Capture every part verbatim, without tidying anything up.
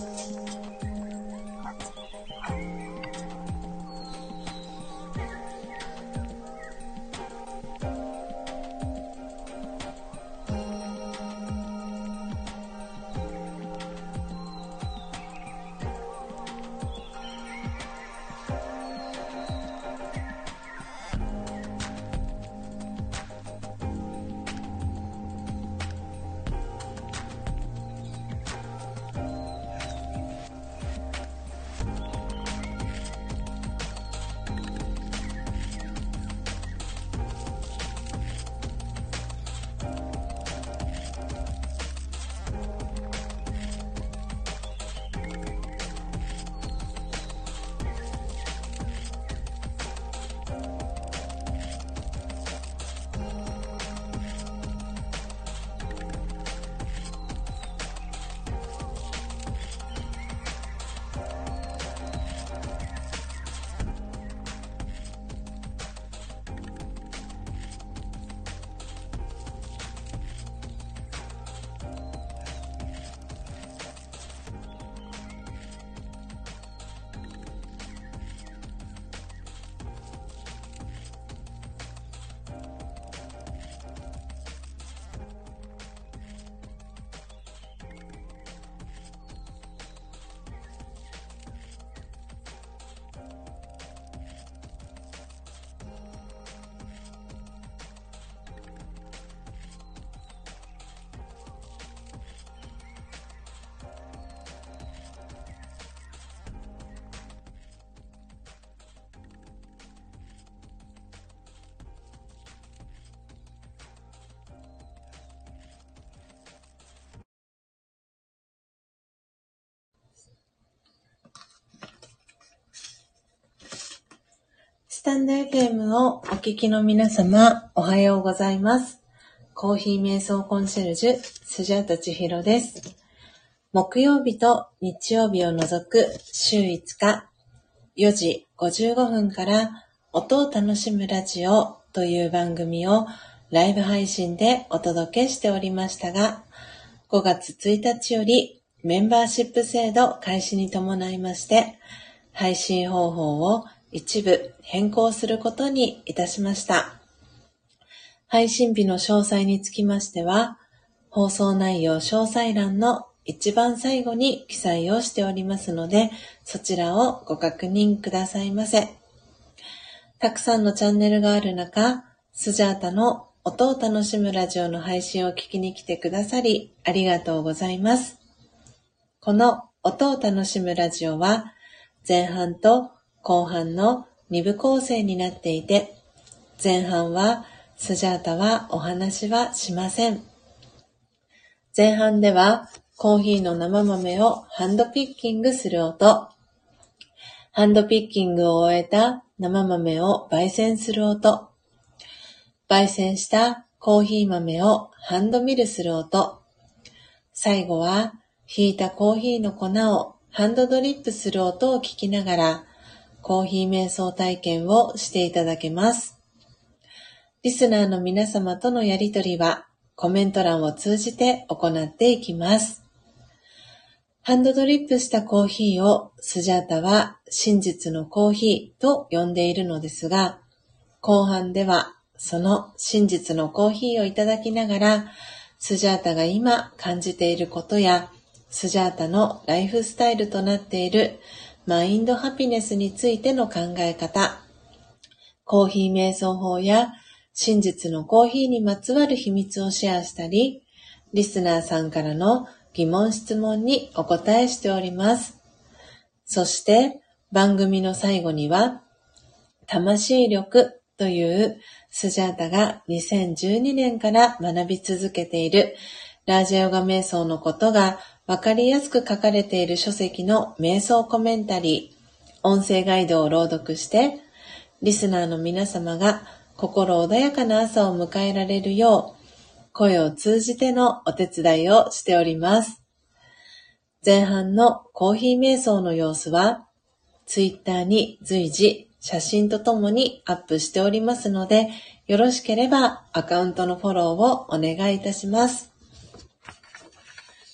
スタンド エフエム をお聞きの皆様、おはようございます。コーヒー瞑想コンシェルジュ、スジャータ千尋です。木曜日と日曜日を除く週いつか、よじごじゅうごふんから音を楽しむラジオという番組をライブ配信でお届けしておりましたが、ごがつついたちよりメンバーシップ制度開始に伴いまして、配信方法を一部変更することにいたしました。配信日の詳細につきましては、放送内容詳細欄の一番最後に記載をしておりますので、そちらをご確認くださいませ。たくさんのチャンネルがある中、スジャータの音を楽しむラジオの配信を聞きに来てくださりありがとうございます。この音を楽しむラジオは前半と後半のにぶ構成になっていて、前半はスジャータはお話はしません。前半ではコーヒーの生豆をハンドピッキングする音、ハンドピッキングを終えた生豆を焙煎する音、焙煎したコーヒー豆をハンドミルする音、最後はひいたコーヒーの粉をハンドドリップする音を聞きながらコーヒー瞑想体験をしていただけます。リスナーの皆様とのやりとりはコメント欄を通じて行っていきます。ハンドドリップしたコーヒーをスジャータは真実のコーヒーと呼んでいるのですが、後半ではその真実のコーヒーをいただきながら、スジャータが今感じていることや、スジャータのライフスタイルとなっているマインドハピネスについての考え方、コーヒー瞑想法や真実のコーヒーにまつわる秘密をシェアしたり、リスナーさんからの疑問質問にお答えしております。そして番組の最後には、魂力というスジャータがにせんじゅうにねんから学び続けているラージャヨガ瞑想のことがわかりやすく書かれている書籍の瞑想コメンタリー、音声ガイドを朗読して、リスナーの皆様が心穏やかな朝を迎えられるよう、声を通じてのお手伝いをしております。前半のコーヒー瞑想の様子は、ツイッターに随時写真とともにアップしておりますので、よろしければアカウントのフォローをお願いいたします。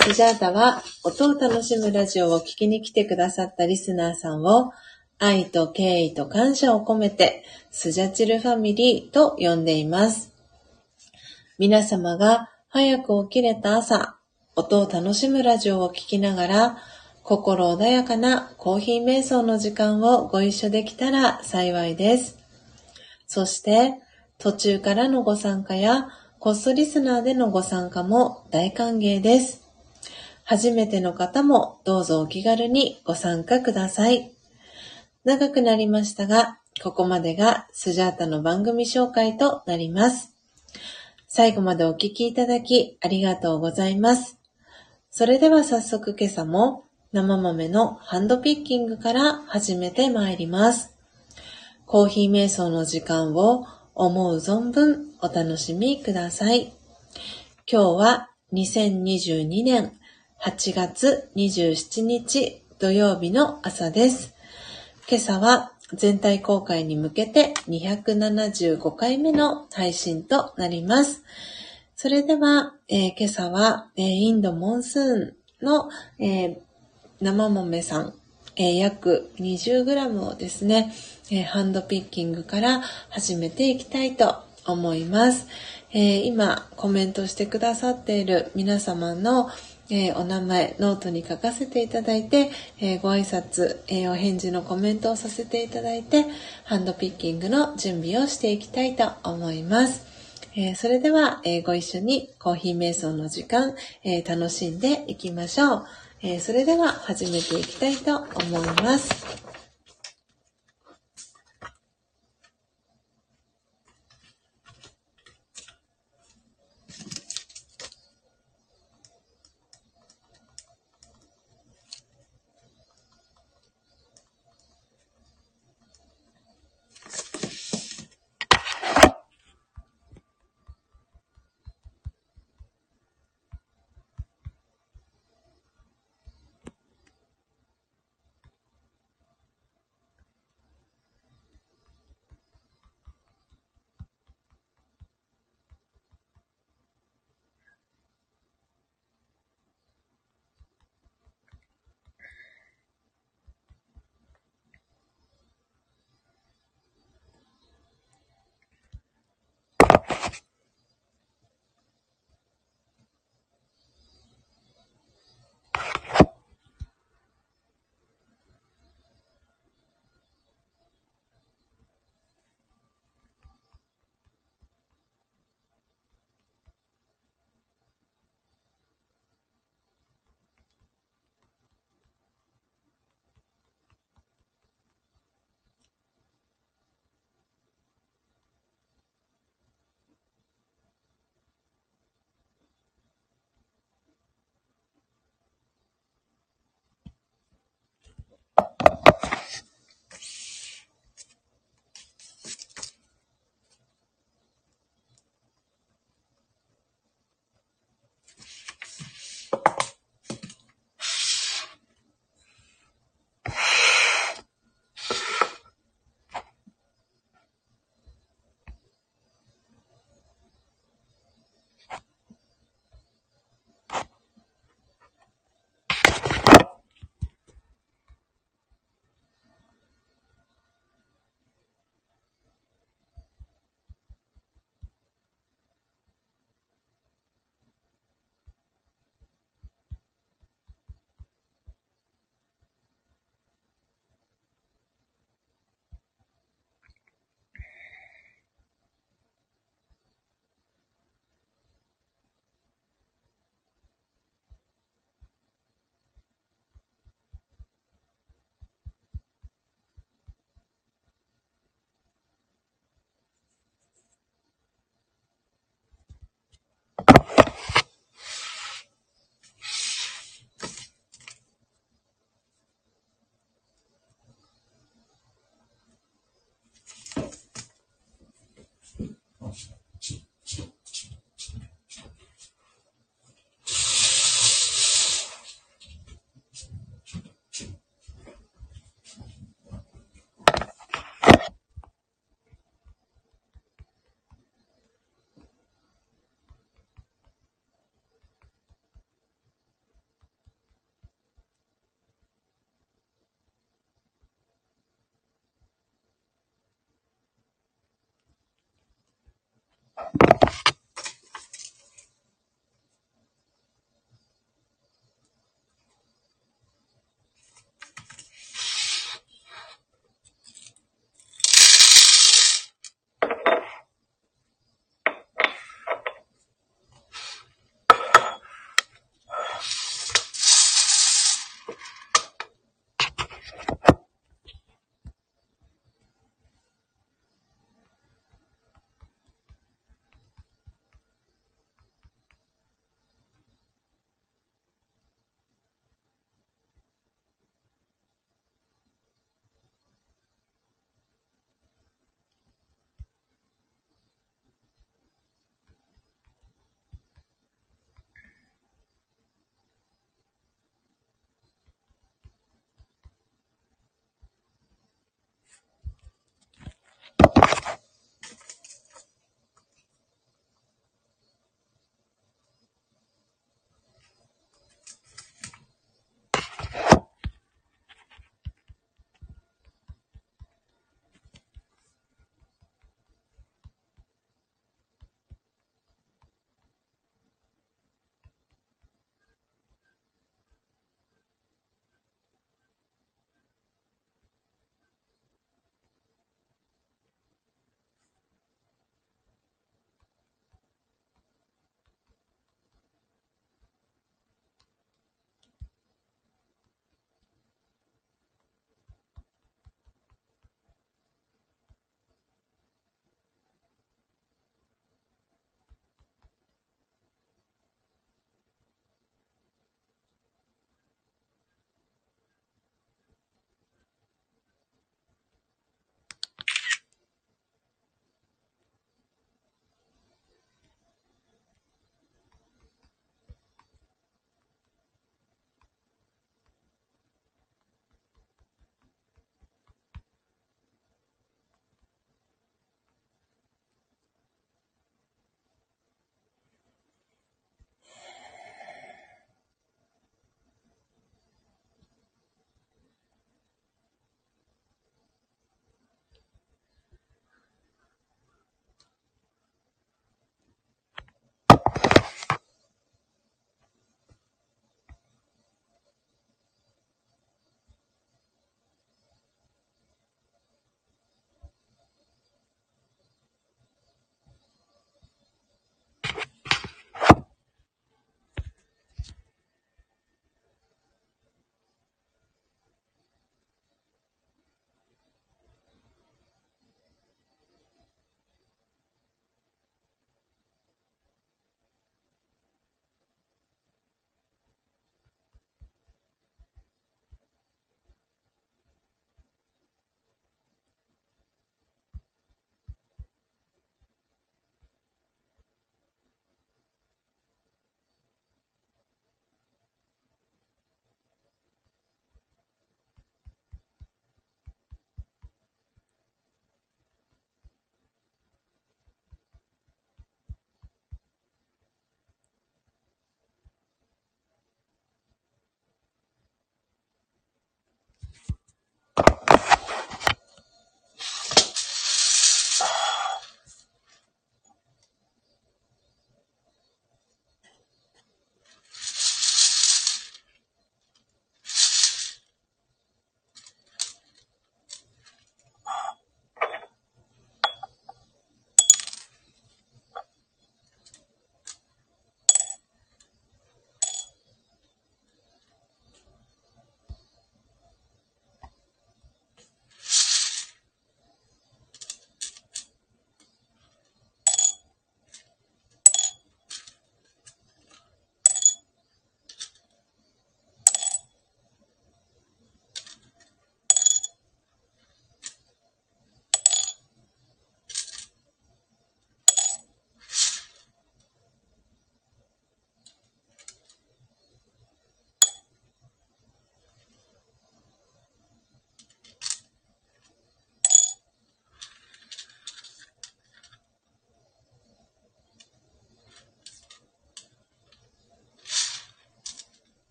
スジャータは音を楽しむラジオを聞きに来てくださったリスナーさんを愛と敬意と感謝を込めてスジャチルファミリーと呼んでいます。皆様が早く起きれた朝、音を楽しむラジオを聞きながら心穏やかなコーヒー瞑想の時間をご一緒できたら幸いです。そして途中からのご参加やコストリスナーでのご参加も大歓迎です。初めての方もどうぞお気軽にご参加ください。長くなりましたが、ここまでがスジャータの番組紹介となります。最後までお聞きいただきありがとうございます。それでは早速今朝も生豆のハンドピッキングから始めてまいります。コーヒー瞑想の時間を思う存分お楽しみください。今日はにせんにじゅうにねんはちがつにじゅうしちにち土曜日の朝です。今朝は全体公開に向けてにひゃくななじゅうごかいめの配信となります。それでは、えー、今朝は、えー、インドモンスーンの、えー、生豆さん、えー、約 にじゅうグラム をですね、えー、ハンドピッキングから始めていきたいと思います。えー、今コメントしてくださっている皆様の、えー、お名前ノートに書かせていただいて、えー、ご挨拶、えー、お返事のコメントをさせていただいてハンドピッキングの準備をしていきたいと思います。えー、それでは、えー、ご一緒にコーヒー瞑想の時間、えー、楽しんでいきましょう。えー、それでは始めていきたいと思います。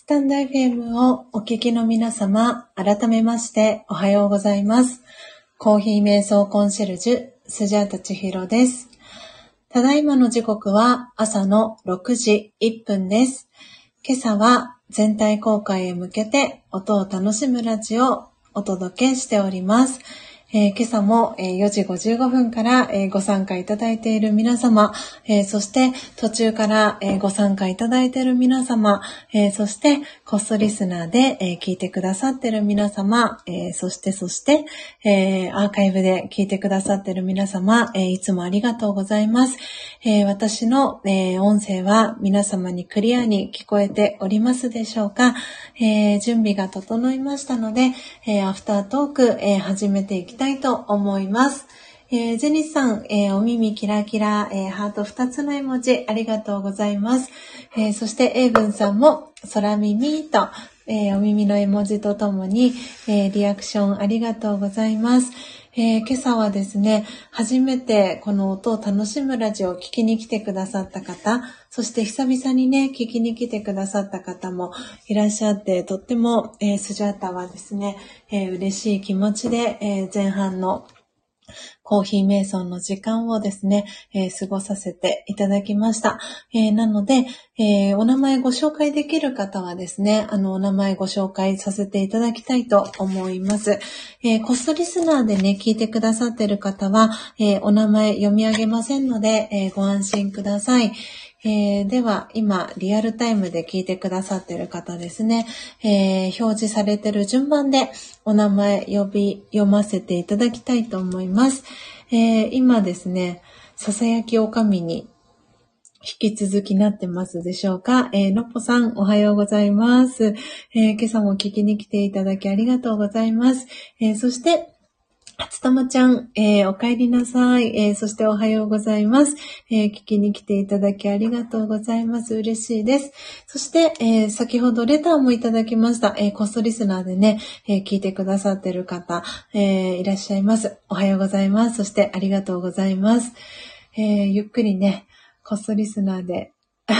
タンド エフエム をお聞きの皆様、改めましておはようございます。コーヒー瞑想コンシェルジュ、スジャータ千尋です。ただいまの時刻は朝のろくじいっぷんです。今朝は全体公開へ向けて音を楽しむラジオをお届けしております。えー、今朝もよじごじゅうごふんからご参加いただいている皆様、えー、そして途中からご参加いただいている皆様、えー、そしてコストリスナーで聞いてくださっている皆様、えー、そしてそして、えー、アーカイブで聞いてくださっている皆様、えー、いつもありがとうございます。えー、私の、えー、音声は皆様にクリアに聞こえておりますでしょうか。えー、準備が整いましたので、えー、アフタートーク、えー、始めていきたいと思います。えー、ジェニスさん、えー、お耳キラキラ、えー、ハートふたつの絵文字ありがとうございます。えー、そしてエイブンさんも空耳と、えー、お耳の絵文字とともに、えー、リアクションありがとうございます。えー、今朝はですね、初めてこの音を楽しむラジオを聞きに来てくださった方、そして久々にね、聞きに来てくださった方もいらっしゃって、とっても、えー、スジャータはですね、えー、嬉しい気持ちで、えー、前半のコーヒー瞑想の時間をですね、えー、過ごさせていただきました。えー、なので、えー、お名前ご紹介できる方はですね、あの、お名前ご紹介させていただきたいと思います。えー、コストリスナーでね、聞いてくださっている方は、えー、お名前読み上げませんので、えー、ご安心ください。えー、では、今、リアルタイムで聞いてくださっている方ですね、えー、表示されている順番でお名前呼び、読ませていただきたいと思います。えー、今ですね、ささやきおかみに引き続きなってますでしょうか。えー、のっぽさん、おはようございます。えー、今朝も聞きに来ていただきありがとうございます。えー、そして、つともちゃん、えー、お帰りなさい、えー。そしておはようございます、えー。聞きに来ていただきありがとうございます。嬉しいです。そして、えー、先ほどレターもいただきました。えー、コストリスナーでね、えー、聞いてくださっている方、えー、いらっしゃいます。おはようございます。そしてありがとうございます。えー、ゆっくりね、コストリスナーで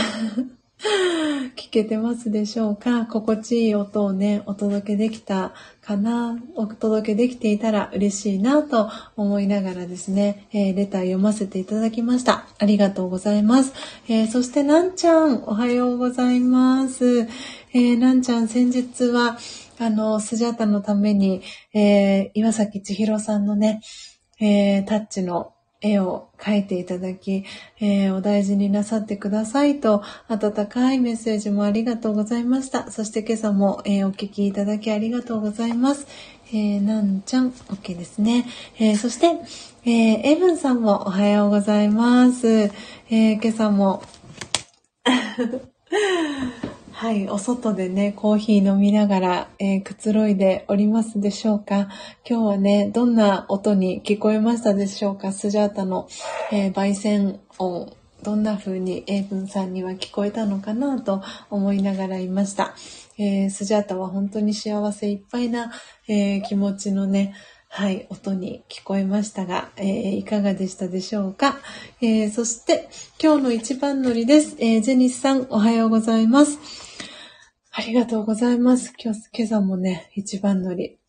聞けてますでしょうか。心地いい音をね、お届けできたかな、お届けできていたら嬉しいなと思いながらですね、えー、レター読ませていただきました。ありがとうございます。えー、そしてなんちゃん、おはようございます。えー、なんちゃん、先日は、あの、スジャータのために、えー、岩崎千尋さんのね、えー、タッチの絵を描いていただき、えー、お大事になさってくださいと温かいメッセージもありがとうございました。そして今朝も、えー、お聞きいただきありがとうございます。えー、なんちゃん OK ですね。えー、そして、えー、エブンさんもおはようございます。えー、今朝もはい、お外でね、コーヒー飲みながら、えー、くつろいでおりますでしょうか。今日はね、どんな音に聞こえましたでしょうか。スジャータの、えー、焙煎音、どんな風にエイブンさんには聞こえたのかなと思いながらいました。えー、スジャータは本当に幸せいっぱいな、えー、気持ちのね、はい、音に聞こえましたが、えー、いかがでしたでしょうか。えー、そして、今日の一番乗りです。えー、ジェニスさん、おはようございます。ありがとうございます。今日、今朝もね、一番乗り。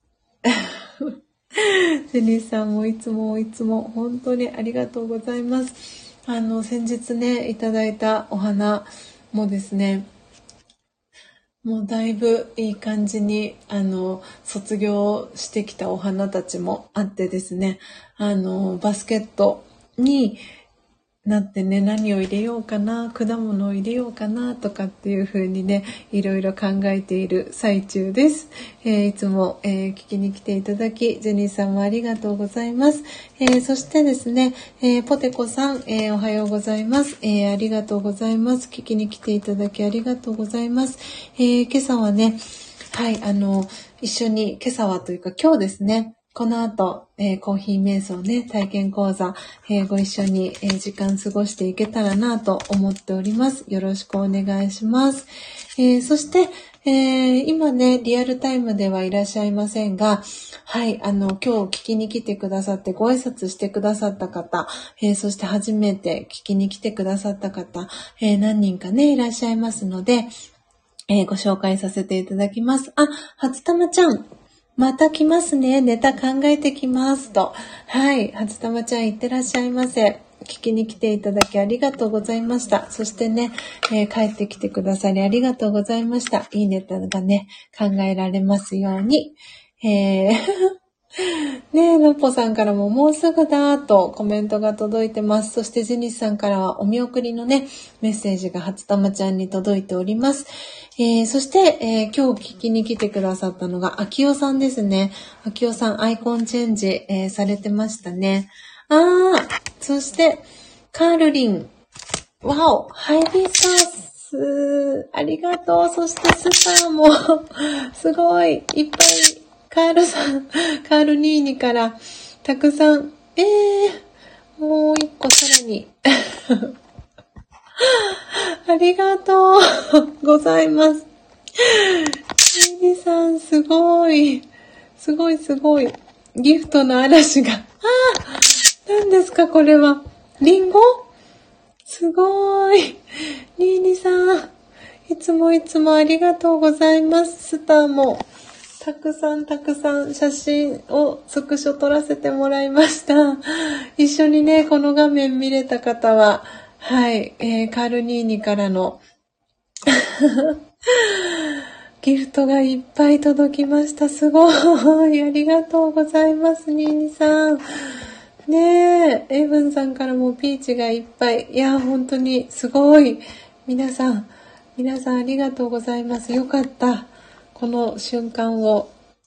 ジェニスさんもいつもいつも本当にありがとうございます。あの、先日ね、いただいたお花もですね、もうだいぶいい感じに、あの、卒業してきたお花たちもあってですね、あの、バスケットになってね、何を入れようかな、果物を入れようかなとかっていう風にね、いろいろ考えている最中です。えー、いつも、えー、聞きに来ていただき、ジェニーさんもありがとうございます。えー、そしてですね、えー、ポテコさん、えー、おはようございます、えー。ありがとうございます。聞きに来ていただきありがとうございます。えー、今朝はね、はい、あの、一緒に、今朝はというか今日ですね、この後、えー、コーヒー瞑想ね、体験講座、えー、ご一緒に、えー、時間過ごしていけたらなと思っております。よろしくお願いします。えー、そして、えー、今ね、リアルタイムではいらっしゃいませんが、はい、あの、今日聞きに来てくださってご挨拶してくださった方、えー、そして初めて聞きに来てくださった方、えー、何人かね、いらっしゃいますので、 えー、ご紹介させていただきます。あ、初玉ちゃん。また来ますね。ネタ考えてきますと。はい。初玉ちゃんいってらっしゃいませ。聞きに来ていただきありがとうございました。そしてね、えー、帰ってきてくださりありがとうございました。いいネタがね、考えられますように。えーねえ、のっぽさんからももうすぐだとコメントが届いてます。そしてジニスさんからはお見送りのね、メッセージが初玉ちゃんに届いております。えー、そして、えー、今日聞きに来てくださったのが、あきおさんですね。あきおさんアイコンチェンジ、えー、されてましたね。あー、そして、カールリン。わお、ハイビスカス。ありがとう。そしてスターも、すごい、いっぱい。カールさん、カールニーニからたくさん、えー、もう一個さらに。ありがとうございます。ニーニさん、すごい。すごいすごい。ギフトの嵐が。あー、何ですかこれは。リンゴ？すごい。ニーニさん、いつもいつもありがとうございます。スターも。たくさんたくさん写真をスクショ撮らせてもらいました。一緒にね、この画面見れた方は、はい、えー、カールニーニからのギフトがいっぱい届きました。すごい。ありがとうございます、ニーニさん。ねえ、エイブンさんからもピーチがいっぱい。いや、本当にすごい。皆さん、皆さんありがとうございます。よかった。この瞬間を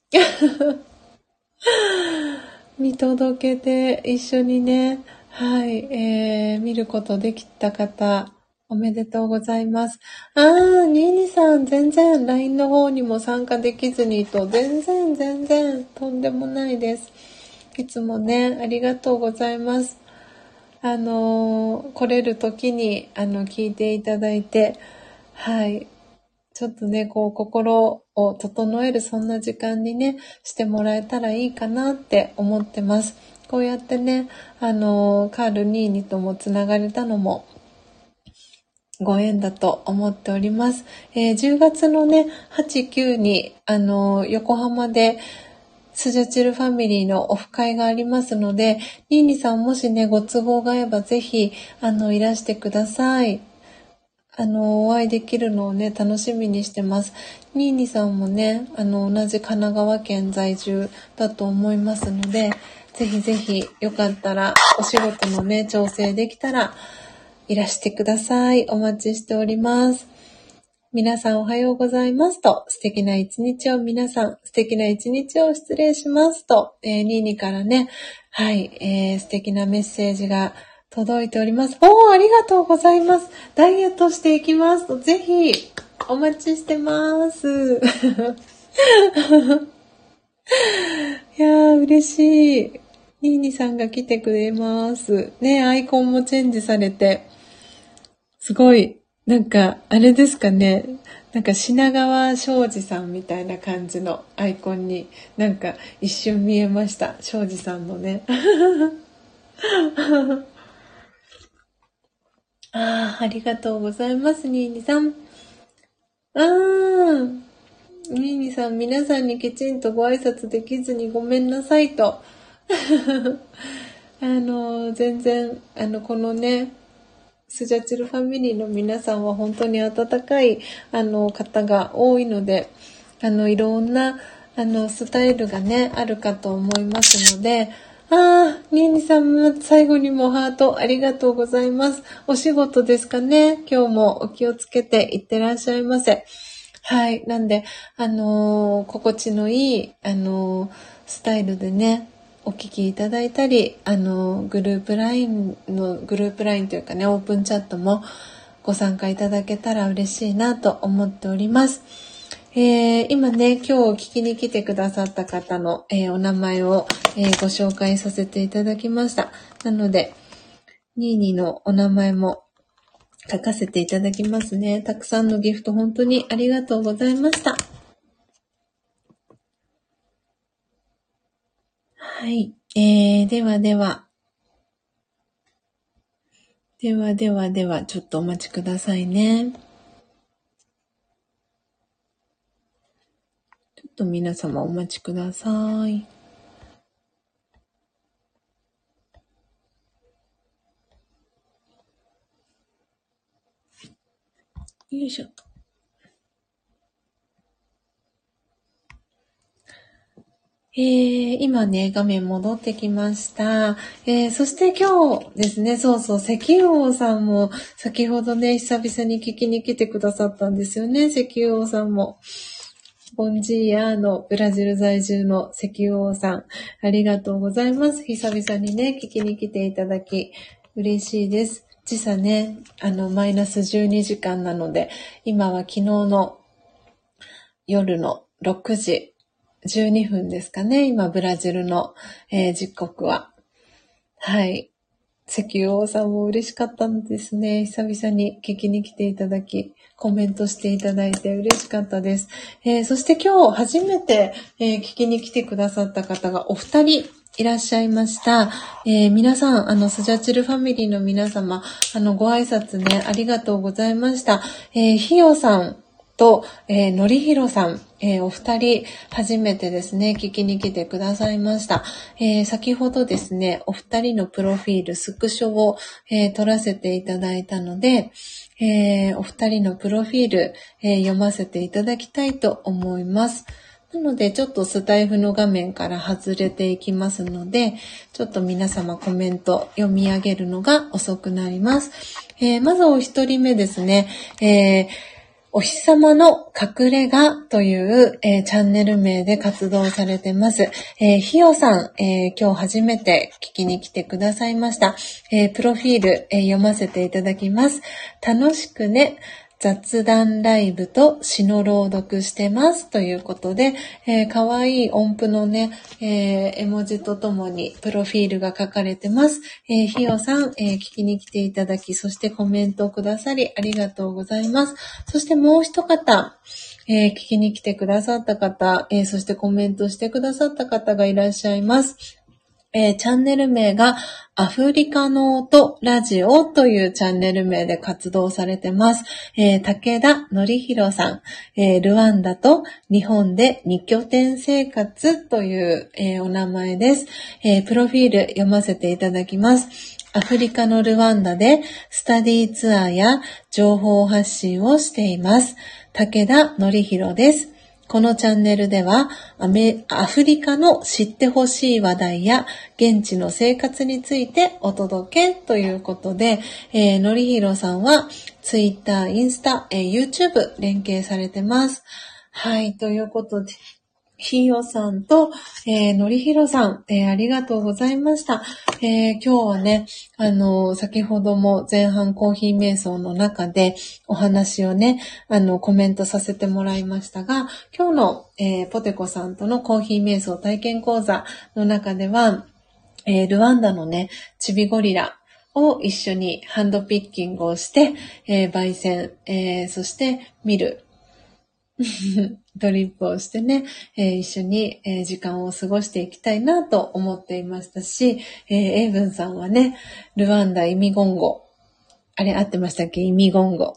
見届けて一緒にね、はい、えー、見ることできた方、おめでとうございます。あー、ニーニさん、全然 ライン の方にも参加できずにと、全然全然とんでもないです。いつもね、ありがとうございます。あのー、来れる時に、あの、聞いていただいて、はい、ちょっとね、こう、心を整えるそんな時間にね、してもらえたらいいかなって思ってます。こうやってね、あの、カールニーニともつながれたのも、ご縁だと思っております。えー、じゅうがつのね、はち、きゅうに、あの、横浜で、スジャチルファミリーのオフ会がありますので、ニーニさんもしね、ご都合が合えばぜひ、あの、いらしてください。あの、お会いできるのをね、楽しみにしてます。ニーニさんもね、あの、同じ神奈川県在住だと思いますので、ぜひぜひ、よかったら、お仕事のね、調整できたら、いらしてください。お待ちしております。皆さんおはようございますと、素敵な一日を皆さん、素敵な一日を失礼しますと、えー、ニーニからね、はい、えー、素敵なメッセージが届いております。おー、ありがとうございます。ダイエットしていきますと、ぜひ、お待ちしてます。いやー、嬉しい。ニーニさんが来てくれます。ね、アイコンもチェンジされて、すごい、なんか、あれですかね。なんか品川庄司さんみたいな感じのアイコンになんか一瞬見えました。庄司さんのね。ああ、ありがとうございます、ニーニさん。ああ、ニーニさん、皆さんにきちんとご挨拶できずにごめんなさいと。あの、全然、あの、このね、スジャチルファミリーの皆さんは本当に温かいあの方が多いので、あのいろんなあのスタイルがねあるかと思いますので、あー、ニーニさんも最後にもハートありがとうございます。お仕事ですかね。今日もお気をつけていってらっしゃいませ。はい。なんで、あのー心地のいい、あのースタイルでね、お聞きいただいたり、あの、グループラインの、グループラインというかね、オープンチャットもご参加いただけたら嬉しいなと思っております。えー、今ね、今日聞きに来てくださった方の、えー、お名前を、えー、ご紹介させていただきました。なので、ニーニーのお名前も書かせていただきますね。たくさんのギフト本当にありがとうございました。はい。えー、ではでは。ではではでは、ちょっとお待ちくださいね。 っと皆様お待ちください。よいしょ。えー、今ね、画面戻ってきました。えー、そして今日ですね、そうそう、石油王さんも先ほどね、久々に聞きに来てくださったんですよね、石油王さんも。ボンジーアーのブラジル在住の石油王さん、ありがとうございます。久々にね、聞きに来ていただき、嬉しいです。時差ね、あの、マイナスじゅうにじかんなので、今は昨日の夜のろくじじゅうにふんですかね。今、ブラジルの、えー、時刻は。はい。石油王さんも嬉しかったんですね。久々に聞きに来ていただき、コメントしていただいて嬉しかったです。えー、そして今日初めて、えー、聞きに来てくださった方がお二人いらっしゃいました。えー、皆さん、あの、スジャチルファミリーの皆様、あの、ご挨拶ね、ありがとうございました。えー、ひよさん、と、えー、のりひろさん、えー、お二人、初めてですね、聞きに来てくださいました。えー、先ほどですね、お二人のプロフィール、スクショを、えー、撮らせていただいたので、えー、お二人のプロフィール、えー、読ませていただきたいと思います。なので、ちょっとスタイフの画面から外れていきますので、ちょっと皆様コメント読み上げるのが遅くなります。えー、まずお一人目ですね、えーお日様の隠れ家という、えー、チャンネル名で活動されてます。えー、ひよさん、えー、今日初めて聞きに来てくださいました。えー、プロフィール、えー、読ませていただきます。楽しくね、雑談ライブと詩の朗読してますということで、えー、かわいい音符のね、えー、絵文字とともにプロフィールが書かれてます。えー、ひよさん、えー、聞きに来ていただき、そしてコメントをくださりありがとうございます。そしてもう一方、えー、聞きに来てくださった方、えー、そしてコメントしてくださった方がいらっしゃいます。えー、チャンネル名がアフリカの音ラジオというチャンネル名で活動されてます。えー、武田典弘さん、えー、ルワンダと日本でに拠点生活という、えー、お名前です、えー。プロフィール読ませていただきます。アフリカのルワンダでスタディツアーや情報発信をしています。武田典弘です。このチャンネルではアメ、アフリカの知ってほしい話題や現地の生活についてお届けということで、えー、のりひろさんはツイッター、インスタ、えー、YouTube 連携されてます。はい、ということで、ひよさんと、えー、のりひろさん、えー、ありがとうございました。えー、今日はね、あの、先ほども前半コーヒー瞑想の中でお話をね、あの、コメントさせてもらいましたが、今日の、えー、ポテコさんとのコーヒー瞑想体験講座の中では、えー、ルワンダのね、チビゴリラを一緒にハンドピッキングをして、えー、焙煎、えー、そして見る。ドリップをしてね、えー、一緒に、えー、時間を過ごしていきたいなと思っていましたし、えー、エイブンさんはね、ルワンダイミゴンゴ。あれ合ってましたっけ？イミゴンゴ。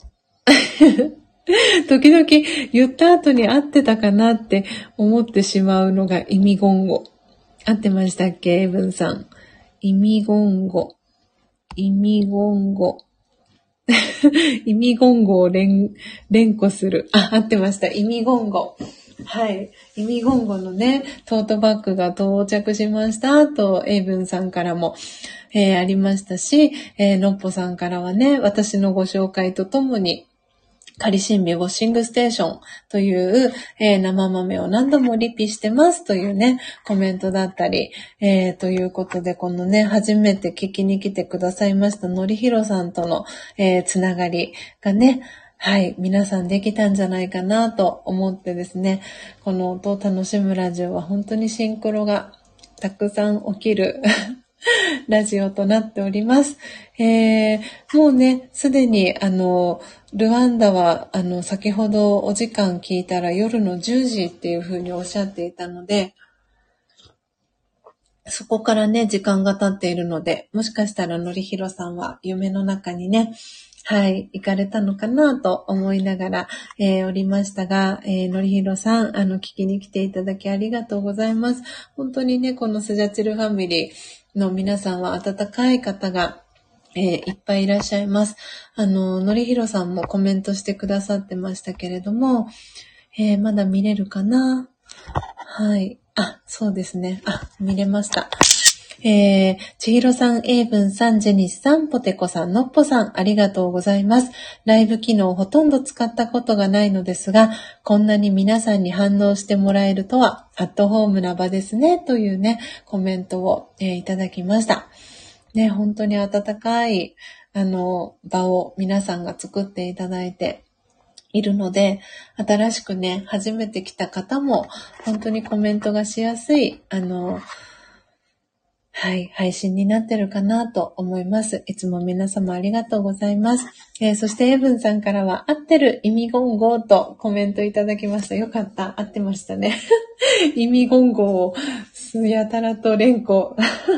時々言った後に合ってたかなって思ってしまうのがイミゴンゴ。合ってましたっけ？エイブンさん。イミゴンゴ。イミゴンゴ。イミゴンゴを連、連呼する。あ、合ってました。イミゴンゴ。はい。イミゴンゴのね、トートバッグが到着しましたと、エイブンさんからも、えー、ありましたし、えー、のっぽさんからはね、私のご紹介とともに、カリシンビウォッシングステーションという、えー、生豆を何度もリピしてますというね、コメントだったり、えー、ということで、このね、初めて聞きに来てくださいましたのりひろさんとの、えー、つながりがね、はい、皆さんできたんじゃないかなと思ってですね、この音を楽しむラジオは本当にシンクロがたくさん起きるラジオとなっております。えー、もうね、すでに、あの、ルワンダは、あの、先ほどお時間聞いたら夜のじゅうじっていうふうにおっしゃっていたので、 そこからね、時間が経っているので、もしかしたらのりひろさんは夢の中にね、はい、行かれたのかなと思いながら、えー、おりましたが、えー、のりひろさん、あの、聞きに来ていただきありがとうございます。本当にね、このスジャチルファミリーの皆さんは温かい方が、えー、いっぱいいらっしゃいます。あの、のりひろさんもコメントしてくださってましたけれども、えー、まだ見れるかな？はい。あ、そうですね。あ、見れました。えー、ちひろさん、えいぶんさん、ジェニスさん、ポテコさん、のっぽさん、ありがとうございます。ライブ機能ほとんど使ったことがないのですが、こんなに皆さんに反応してもらえるとは、アットホームな場ですね、というね、コメントを、えー、いただきました。ね、本当に温かい、あの、場を皆さんが作っていただいて、いるので、新しくね、初めて来た方も、本当にコメントがしやすい、あの、はい、配信になってるかなと思います。いつも皆様ありがとうございます。えー、そしてエブンさんからは、合ってる意味言語とコメントいただきました。よかった。合ってましたね。意味言語をやたらと連呼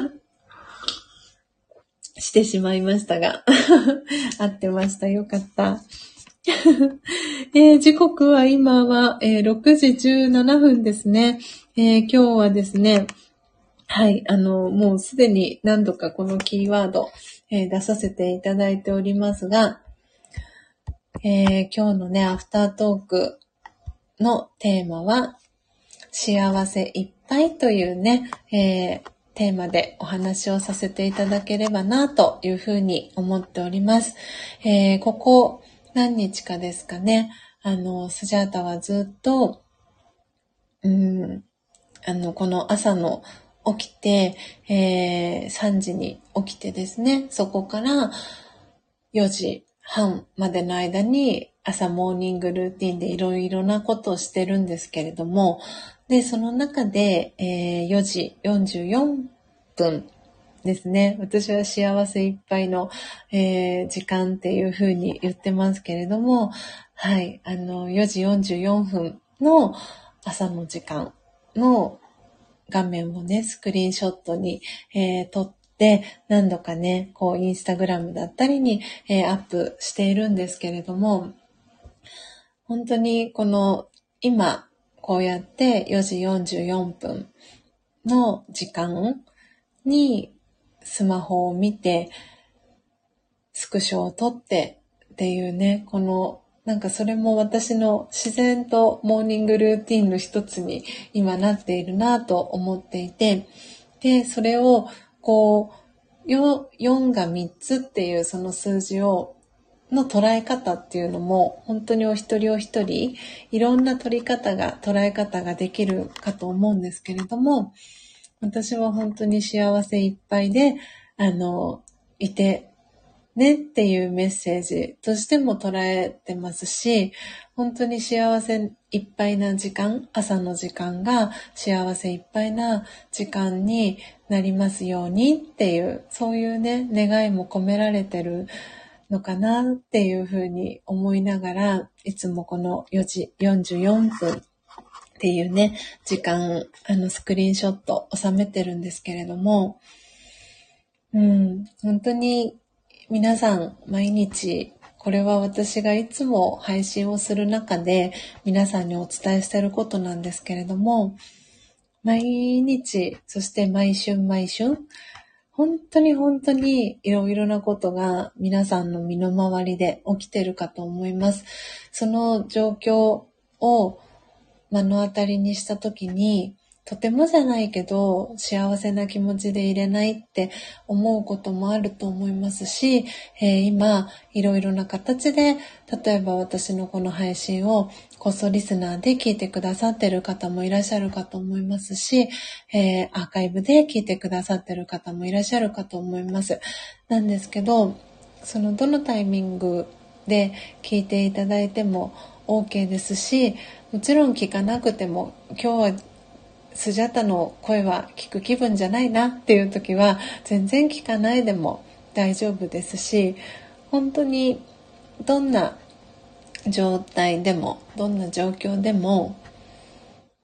してしまいましたが、合ってました。よかった。えー、時刻は今は、えー、ろくじじゅうななふんですね。えー、今日はですね、はい、あの、もうすでに何度かこのキーワード、えー、出させていただいておりますが、えー、今日のね、アフタートークのテーマは、幸せいっぱいというね、えー、テーマでお話をさせていただければなというふうに思っております。えー、ここ何日かですかね、あの、スジャータはずっと、うーん、あの、この朝の起きて、えー、さんじに起きてですね、そこからよじはんまでの間に朝モーニングルーティンでいろいろなことをしてるんですけれども、で、その中で、えー、よじよんじゅうよんぷんですね。私は幸せいっぱいの、えー、時間っていう風に言ってますけれども、はい、あの、よじよんじゅうよんぷんの朝の時間の画面をね、スクリーンショットに、えー、撮って何度かね、こうインスタグラムだったりに、えー、アップしているんですけれども、本当にこの今こうやってよじよんじゅうよんぷんの時間にスマホを見てスクショを撮ってっていうね、このなんかそれも私の自然とモーニングルーティンの一つに今なっているなと思っていて、で、それをこう、よんがみっつっていうその数字をの捉え方っていうのも本当にお一人お一人いろんな取り方が捉え方ができるかと思うんですけれども、私は本当に幸せいっぱいであのいてねっていうメッセージとしても捉えてますし、本当に幸せいっぱいな時間、朝の時間が幸せいっぱいな時間になりますようにっていう、そういうね願いも込められてるのかなっていうふうに思いながら、いつもこのよじよんじゅうよんぷんっていうね時間、あのスクリーンショット収めてるんですけれども、うん、本当に皆さん毎日、これは私がいつも配信をする中で皆さんにお伝えしていることなんですけれども、毎日、そして毎春毎春、本当に本当にいろいろなことが皆さんの身の回りで起きてるかと思います。その状況を目の当たりにしたときに、とてもじゃないけど幸せな気持ちでいれないって思うこともあると思いますし、えー、今いろいろな形で、例えば私のこの配信をこっそリスナーで聞いてくださってる方もいらっしゃるかと思いますし、えー、アーカイブで聞いてくださってる方もいらっしゃるかと思います。なんですけど、そのどのタイミングで聞いていただいても OK ですし、もちろん聞かなくても、今日はスジャタの声は聞く気分じゃないなっていう時は全然聞かないでも大丈夫ですし、本当にどんな状態でもどんな状況でも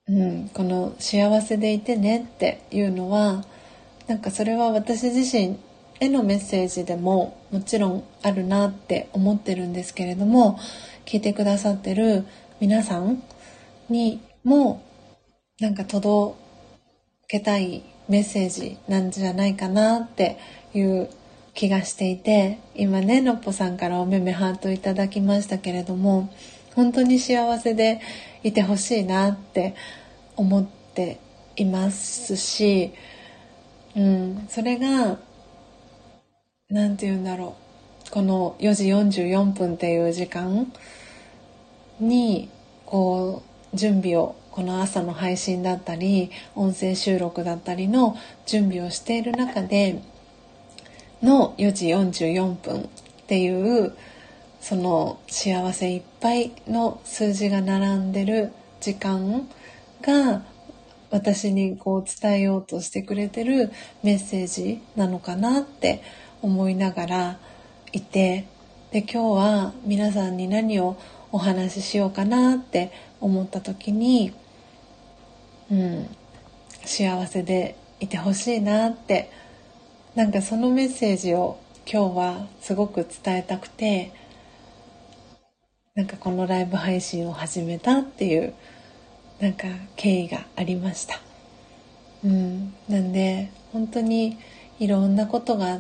うん、この幸せでいてねっていうのは、なんかそれは私自身へのメッセージでももちろんあるなって思ってるんですけれども、聞いてくださってる皆さんにもなんか届けたいメッセージなんじゃないかなっていう気がしていて、今ねのっぽさんからおめめハートいただきましたけれども、本当に幸せでいてほしいなって思っていますし、うん、それがなんて言うんだろう、このよじよんじゅうよんぷんっていう時間にこう準備を、この朝の配信だったり音声収録だったりの準備をしている中でのよじよんじゅうよんぷんっていうその幸せいっぱいの数字が並んでる時間が私にこう伝えようとしてくれてるメッセージなのかなって思いながらいて、で今日は皆さんに何をお話ししようかなって思った時に、うん、幸せでいてほしいなって、なんかそのメッセージを今日はすごく伝えたくて、なんかこのライブ配信を始めたっていうなんか経緯がありました。うん、なんで本当にいろんなことがあって、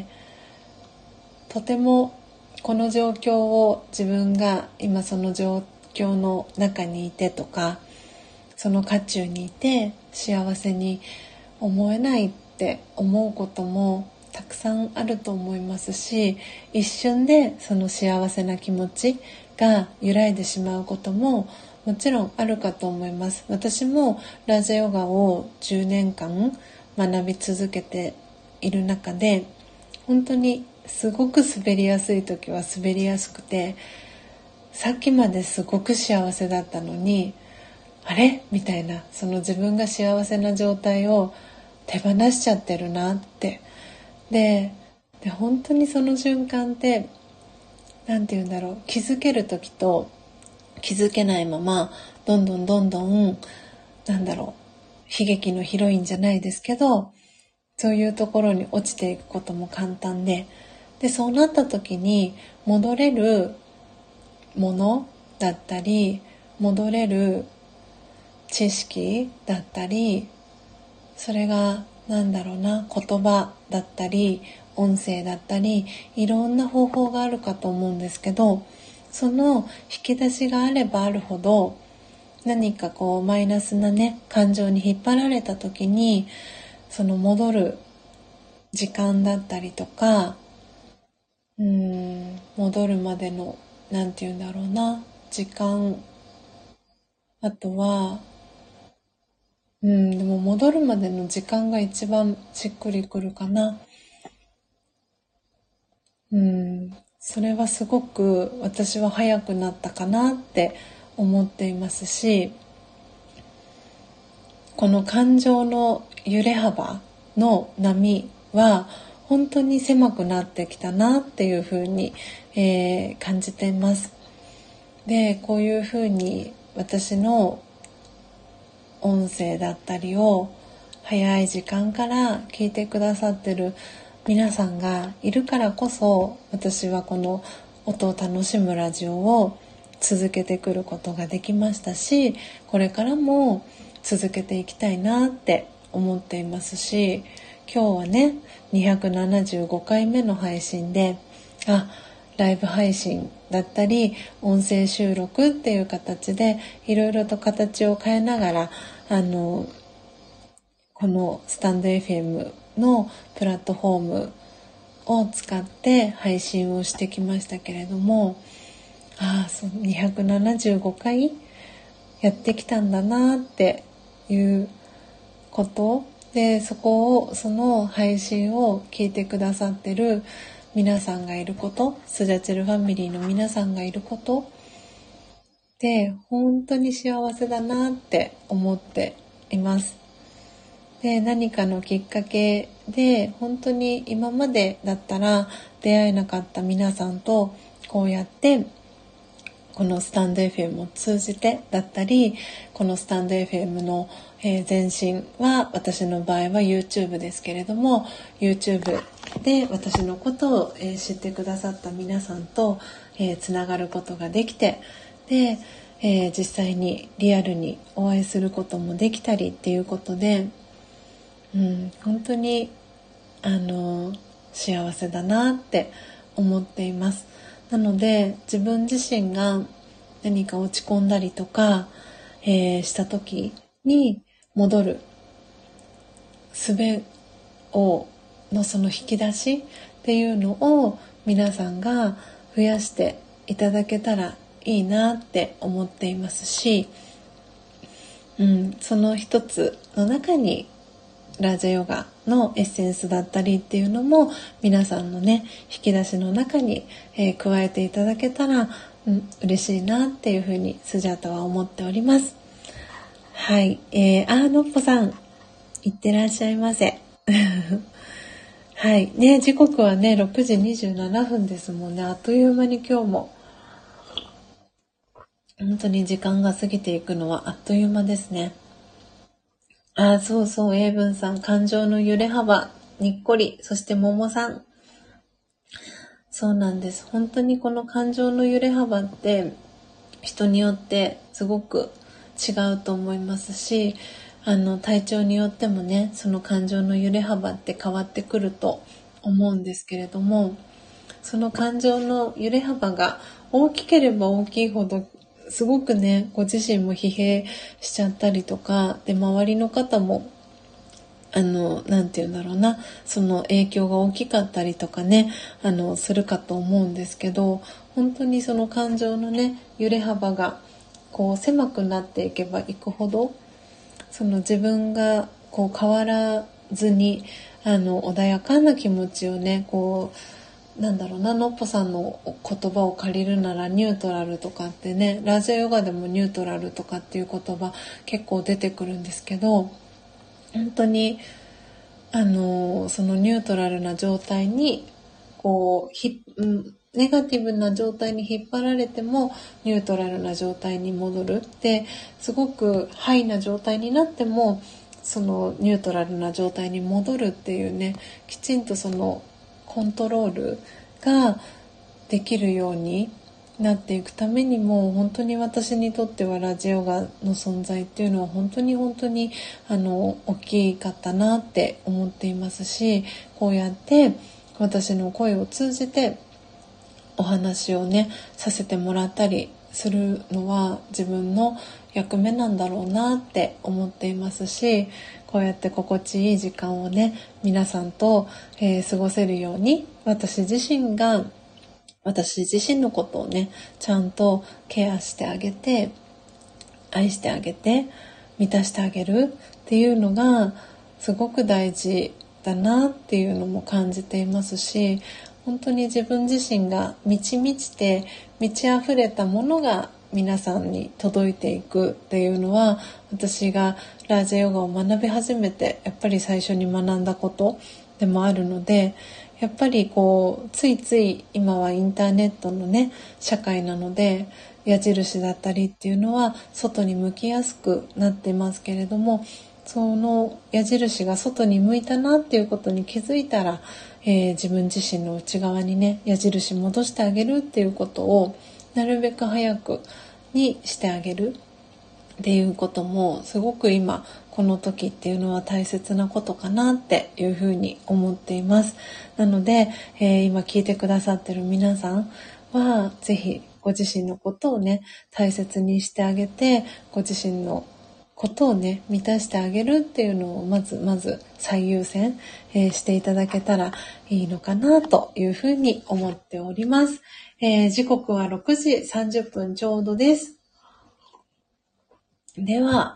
とてもこの状況を自分が今その状況の中にいてとか、その渦中にいて幸せに思えないって思うこともたくさんあると思いますし、一瞬でその幸せな気持ちが揺らいでしまうことももちろんあるかと思います。私もラジオヨガをじゅうねんかん学び続けている中で、本当にすごく滑りやすい時は滑りやすくて、さっきまですごく幸せだったのにあれみたいな、その自分が幸せな状態を手放しちゃってるなって。で、で本当にその瞬間ってなんて言うんだろう、気づける時と気づけないままどんどんどんどんなんだろう、悲劇のヒロインじゃないですけど、そういうところに落ちていくことも簡単で、でそうなった時に戻れるものだったり、戻れる知識だったり、それがなんだろうな、言葉だったり音声だったり、いろんな方法があるかと思うんですけど、その引き出しがあればあるほど、何かこうマイナスなね感情に引っ張られた時に、その戻る時間だったりとか、うーん戻るまでのなんていうんだろうな、時間、あとはうん、でも戻るまでの時間が一番しっくりくるかな。うん、それはすごく私は早くなったかなって思っていますし、この感情の揺れ幅の波は本当に狭くなってきたなっていうふうに、えー感じています。で、こういうふうに私の音声だったりを早い時間から聞いてくださってる皆さんがいるからこそ、私はこの音を楽しむラジオを続けてくることができましたし、これからも続けていきたいなって思っていますし、今日はねにひゃくななじゅうごかいめの配信で、あライブ配信だったり音声収録っていう形でいろいろと形を変えながら、あのこのスタンド エフエム のプラットフォームを使って配信をしてきましたけれども、ああそうにひゃくななじゅうごかいやってきたんだなっていうことで、そこをその配信を聞いてくださってる皆さんがいること、スジャチルファミリーの皆さんがいることで本当に幸せだなって思っています。で、何かのきっかけで本当に今までだったら出会えなかった皆さんとこうやってこのスタンド エフエム を通じてだったり、このスタンド エフエム の、えー、前身は私の場合は YouTube ですけれども、 YouTube で私のことを、えー、知ってくださった皆さんと、えー、つながることができて、で、えー、実際にリアルにお会いすることもできたりっていうことで、うん、本当にあの幸せだなって思っています。なので自分自身が何か落ち込んだりとか、えー、した時に戻る術をのその引き出しっていうのを皆さんが増やしていただけたらいいなって思っていますし、うん、その一つの中にラージャヨガのエッセンスだったりっていうのも皆さんのね引き出しの中に、えー、加えていただけたら、うん、嬉しいなっていうふうにスジャータは思っております。はい、えー、あーのっぽさんいってらっしゃいませはいね、時刻はねろくじにじゅうななふんですもんね。あっという間に今日も本当に時間が過ぎていくのはあっという間ですね。あ、そうそう、英文さん、感情の揺れ幅、にっこり、そして桃さん。そうなんです。本当にこの感情の揺れ幅って人によってすごく違うと思いますし、あの体調によってもね、その感情の揺れ幅って変わってくると思うんですけれども、その感情の揺れ幅が大きければ大きいほどすごくね、ご自身も疲弊しちゃったりとかで、周りの方もあのなんていうんだろうな、その影響が大きかったりとかね、あのするかと思うんですけど、本当にその感情のね揺れ幅がこう狭くなっていけばいくほど、その自分がこう変わらずにあの穏やかな気持ちをね、こうなんだろうな、のっぽさんの言葉を借りるならニュートラルとかってね、ラージャヨガでもニュートラルとかっていう言葉結構出てくるんですけど、本当にあのそのニュートラルな状態にこうひ、うん、ネガティブな状態に引っ張られてもニュートラルな状態に戻るって、すごくハイな状態になってもそのニュートラルな状態に戻るっていうね、きちんとそのコントロールができるようになっていくためにも、本当に私にとってはラジオガの存在っていうのは本当に本当にあの大きかったなって思っていますし、こうやって私の声を通じてお話をねさせてもらったりするのは自分の役目なんだろうなって思っていますし、こうやって心地いい時間をね皆さんと、えー、過ごせるように、私自身が私自身のことをねちゃんとケアしてあげて、愛してあげて、満たしてあげるっていうのがすごく大事だなっていうのも感じていますし、本当に自分自身が満ち満ちて満ち溢れたものが皆さんに届いていくっていうのは、私がラージャヨガを学び始めてやっぱり最初に学んだことでもあるので、やっぱりこうついつい今はインターネットのね社会なので、矢印だったりっていうのは外に向きやすくなってますけれども、その矢印が外に向いたなっていうことに気づいたら、えー、自分自身の内側にね矢印戻してあげるっていうことをなるべく早くにしてあげるっていうこともすごく今この時っていうのは大切なことかなっていうふうに思っています。なので、えー、今聞いてくださってる皆さんはぜひご自身のことをね大切にしてあげて、ご自身のことをね満たしてあげるっていうのをまずまず最優先、えー、していただけたらいいのかなというふうに思っております。えー、時刻はろくじさんじゅっぷんちょうどです。では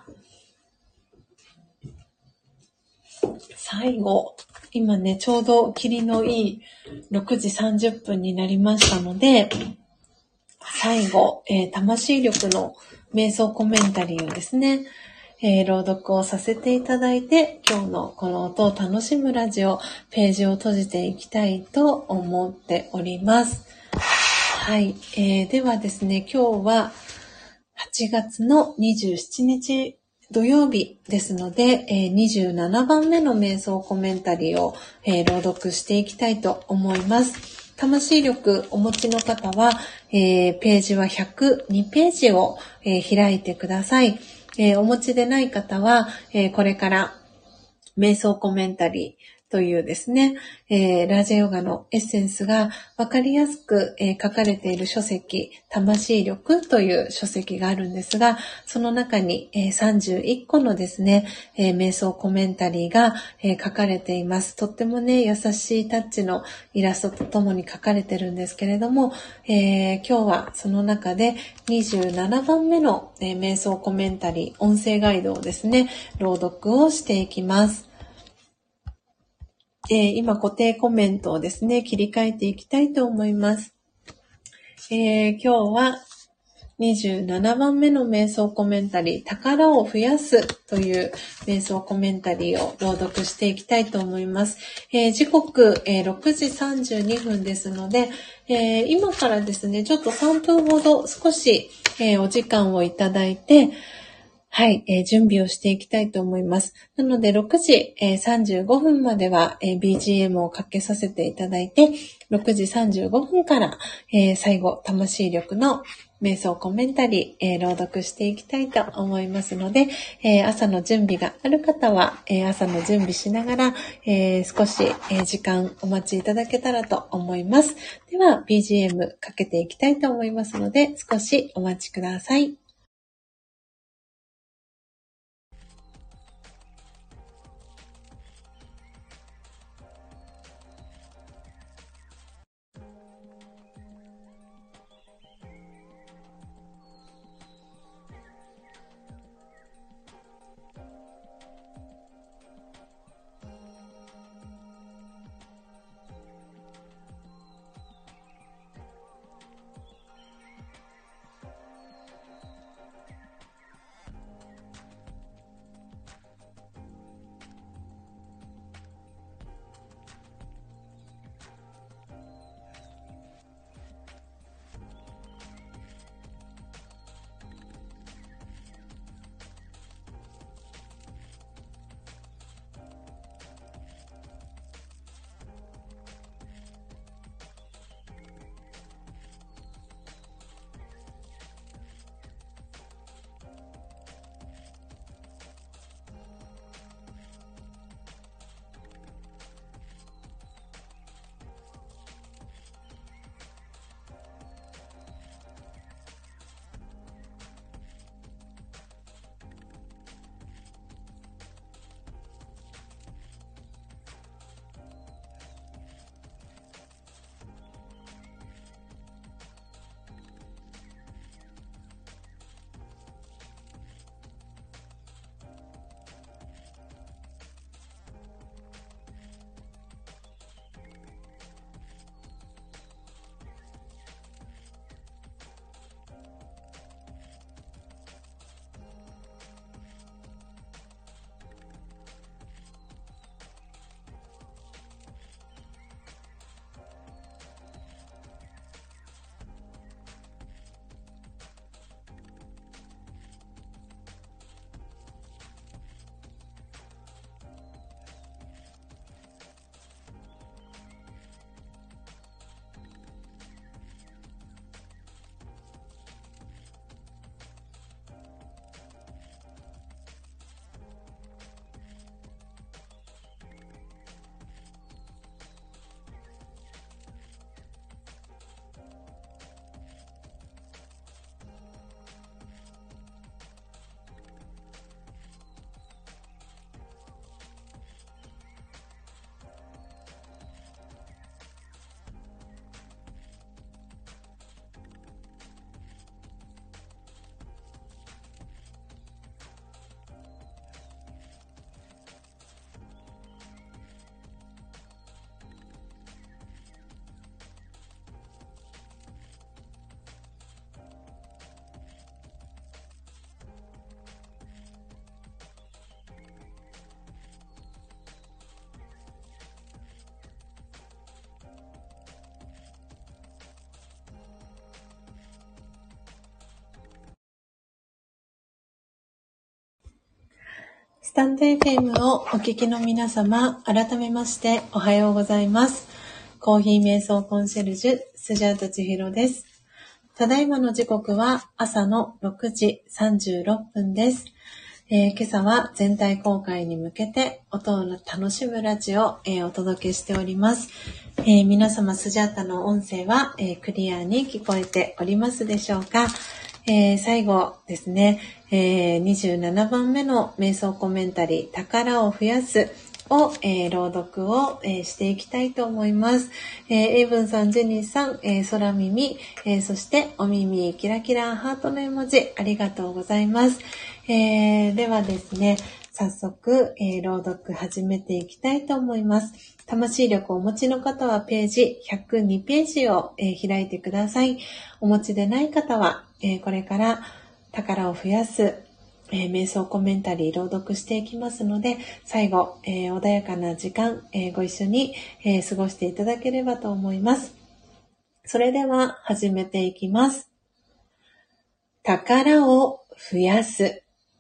最後、今ねちょうど霧のいいろくじさんじゅっぷんになりましたので、最後、えー、魂力の瞑想コメンタリーをですね、えー、朗読をさせていただいて、今日のこの音を楽しむラジオページを閉じていきたいと思っております。 はい、えー、ではですね、今日ははちがつのにじゅうしちにち土曜日ですので、えー、にじゅうななばんめの瞑想コメンタリーを、えー、朗読していきたいと思います。魂力お持ちの方は、えー、ページはひゃくにページを、えー、開いてください。えー、お持ちでない方は、えー、これから瞑想コメンタリーというですね、えー、ラージャヨガのエッセンスがわかりやすく、えー、書かれている書籍、魂力という書籍があるんですが、その中に、えー、さんじゅういっこのですね、えー、瞑想コメンタリーが、えー、書かれています。とってもね、優しいタッチのイラストとともに書かれてるんですけれども、えー、今日はその中でにじゅうななばんめの、えー、瞑想コメンタリー、音声ガイドをですね、朗読をしていきます。えー、今固定コメントをですね、切り替えていきたいと思います。えー、今日はにじゅうななばんめの瞑想コメンタリー、宝を増やすという瞑想コメンタリーを朗読していきたいと思います。えー、時刻、えー、ろくじさんじゅうにふんですので、えー、今からですね、ちょっとさんぷんほど少し、えー、お時間をいただいて、はい、えー、準備をしていきたいと思います。なので、ろくじ、えー、さんじゅうごふんまでは、えー、ビージーエム をかけさせていただいて、ろくじさんじゅうごふんから、えー、最後、魂力の瞑想コメンタリー、えー、朗読していきたいと思いますので、えー、朝の準備がある方は、えー、朝の準備しながら、えー、少し、えー、時間お待ちいただけたらと思います。では、ビージーエム かけていきたいと思いますので、少しお待ちください。 タンド エフエム をお聞きの皆様、改めましておはようございます。コーヒー瞑想コンシェルジュ、スジャータ千尋です。ただいまの時刻は朝のろくじさんじゅうろっぷんです。えー、今朝は全体公開に向けて音を楽しむラジオを、えー、お届けしております。えー、皆様スジャータの音声は、えー、クリアに聞こえておりますでしょうか。えー、最後ですね、えー、にじゅうななばんめの瞑想コメンタリー宝を増やすを、えー、朗読を、えー、していきたいと思います。えー、エイブンさん、ジェニーさん、えー、空耳、えー、そしてお耳キラキラハートの絵文字ありがとうございます。えー、ではですね、早速、えー、朗読始めていきたいと思います。魂力をお持ちの方はページひゃくにページを、えー、開いてください。お持ちでない方は、えー、これから宝を増やす、えー、瞑想コメンタリー朗読していきますので、最後、えー、穏やかな時間、えー、ご一緒に、えー、過ごしていただければと思います。それでは始めていきます。宝を増やす。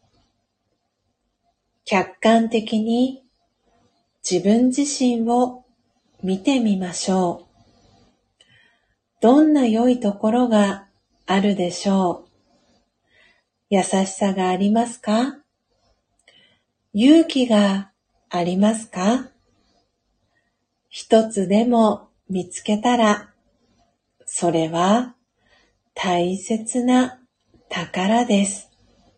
客観的に自分自身を見てみましょう。どんな良いところがあるでしょう。優しさがありますか？勇気がありますか？一つでも見つけたら、それは大切な宝です。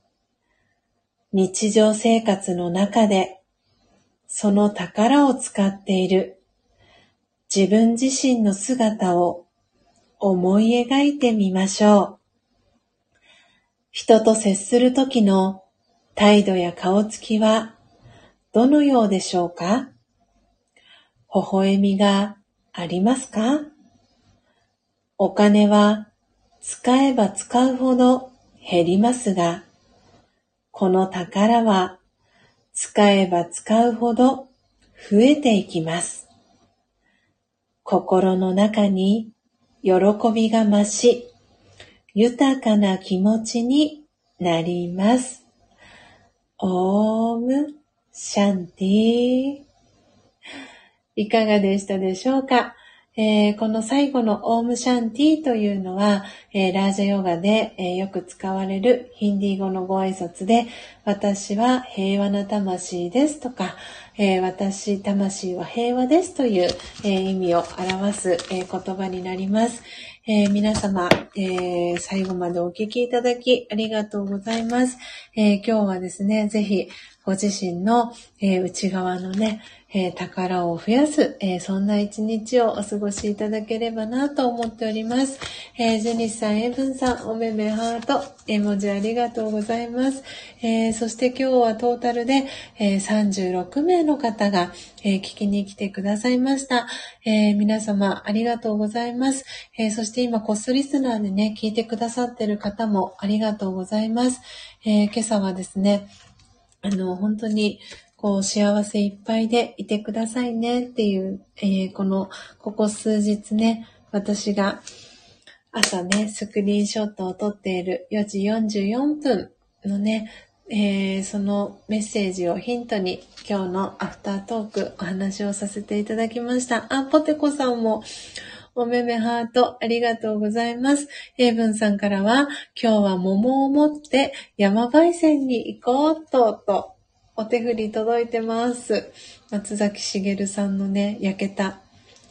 日常生活の中でその宝を使っている自分自身の姿を思い描いてみましょう。人と接するときの態度や顔つきはどのようでしょうか？微笑みがありますか？お金は使えば使うほど減りますが、この宝は使えば使うほど増えていきます。心の中に喜びが増し、豊かな気持ちになります。オームシャンティ。いかがでしたでしょうか？えー、この最後のオームシャンティというのは、えー、ラージャヨガで、えー、よく使われるヒンディー語のご挨拶で、私は平和な魂ですとか、えー、私魂は平和ですという、えー、意味を表す、えー、言葉になります。えー、皆様、えー、最後までお聞きいただきありがとうございます。えー、今日はですね、ぜひご自身の、えー、内側のね、えー、宝を増やす、えー、そんな一日をお過ごしいただければなと思っております。えー、ジェニスさん、エブンさん、おめめハート、絵文字ありがとうございます。えー、そして今日はトータルで、えー、さんじゅうろくめいの方が、えー、聞きに来てくださいました。えー、皆様ありがとうございます。えー、そして今コスリスナーでね、聞いてくださっている方もありがとうございます。えー、今朝はですね、あの、本当に、こう、幸せいっぱいでいてくださいねっていう、えー、この、ここ数日ね、私が朝ね、スクリーンショットを撮っているよじよんじゅうよんぷんのね、えー、そのメッセージをヒントに今日のアフタートークお話をさせていただきました。あ、ポテコさんも、おめめハートありがとうございます。エイブンさんからは、今日は桃を持って山焙煎に行こうと、と、お手振り届いてます。松崎しげるさんのね、焼けた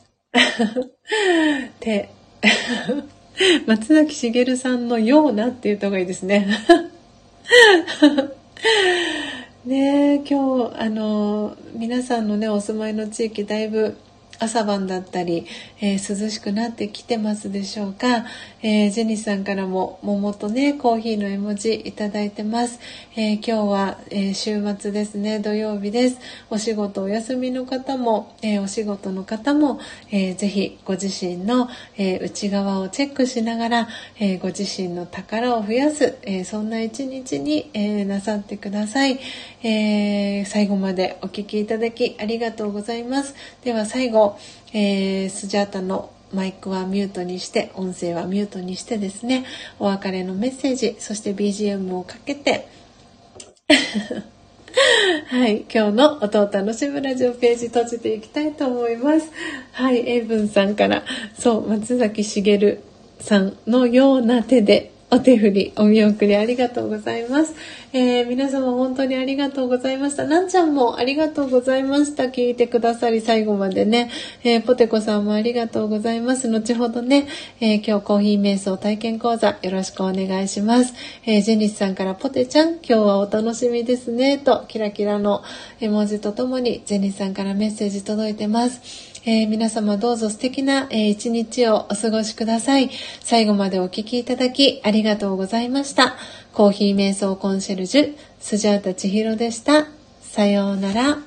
手。松崎しげるさんのようなって言った方がいいですね。ねえ、今日、あの、皆さんのね、お住まいの地域だいぶ朝晩だったり、えー、涼しくなってきてますでしょうか。えー、ジェニスさんからも桃とねコーヒーの絵文字いただいてます。えー、今日は、えー、週末ですね、土曜日です。お仕事お休みの方も、えー、お仕事の方も、えー、ぜひご自身の、えー、内側をチェックしながら、えー、ご自身の宝を増やす、えー、そんな一日に、えー、なさってください。えー、最後までお聞きいただきありがとうございます。では最後、えー、スジャータのマイクはミュートにして音声はミュートにしてですね、お別れのメッセージ、そして ビージーエム をかけてはい、今日の音を楽しむラジオページ閉じていきたいと思います。はい、エイブンさんから、そう、松崎しげるさんのような手でお手振り、お見送りありがとうございます。えー、皆様本当にありがとうございました。なんちゃんもありがとうございました。聞いてくださり最後までね。えー、ポテコさんもありがとうございます。後ほどね、えー、今日コーヒー瞑想体験講座よろしくお願いします。えー、ジェニスさんからポテちゃん今日はお楽しみですねとキラキラの絵文字とともにジェニスさんからメッセージ届いてます。えー、皆様どうぞ素敵な、えー、一日をお過ごしください。最後までお聞きいただきありがとうございました。コーヒー瞑想コンシェルジュスジャータ千尋でした。さようなら。